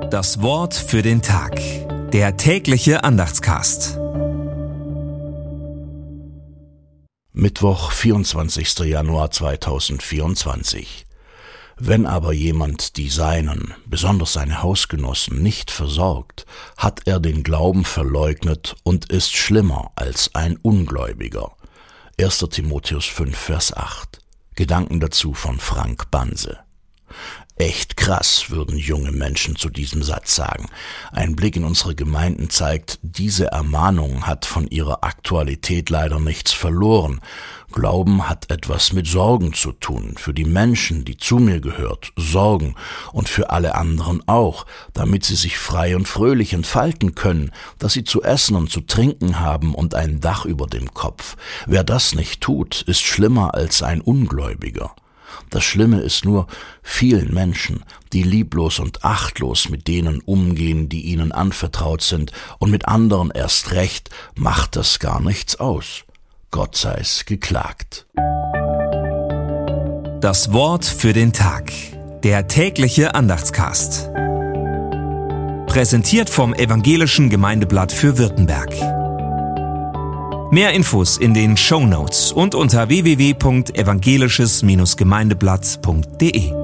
Das Wort für den Tag. Der tägliche Andachtscast. Mittwoch, 24. Januar 2024. Wenn aber jemand die Seinen, besonders seine Hausgenossen, nicht versorgt, hat er den Glauben verleugnet und ist schlimmer als ein Ungläubiger. 1. Timotheus 5, Vers 8. Gedanken dazu von Frank Banse. Echt krass, würden junge Menschen zu diesem Satz sagen. Ein Blick in unsere Gemeinden zeigt, diese Ermahnung hat von ihrer Aktualität leider nichts verloren. Glauben hat etwas mit Sorgen zu tun, für die Menschen, die zu mir gehört, Sorgen und für alle anderen auch, damit sie sich frei und fröhlich entfalten können, dass sie zu essen und zu trinken haben und ein Dach über dem Kopf. Wer das nicht tut, ist schlimmer als ein Ungläubiger. Das Schlimme ist nur, vielen Menschen, die lieblos und achtlos mit denen umgehen, die ihnen anvertraut sind, und mit anderen erst recht, macht das gar nichts aus. Gott sei's geklagt. Das Wort für den Tag. Der tägliche Andachtscast. Präsentiert vom Evangelischen Gemeindeblatt für Württemberg. Mehr Infos in den Shownotes und unter www.evangelisches-gemeindeblatt.de.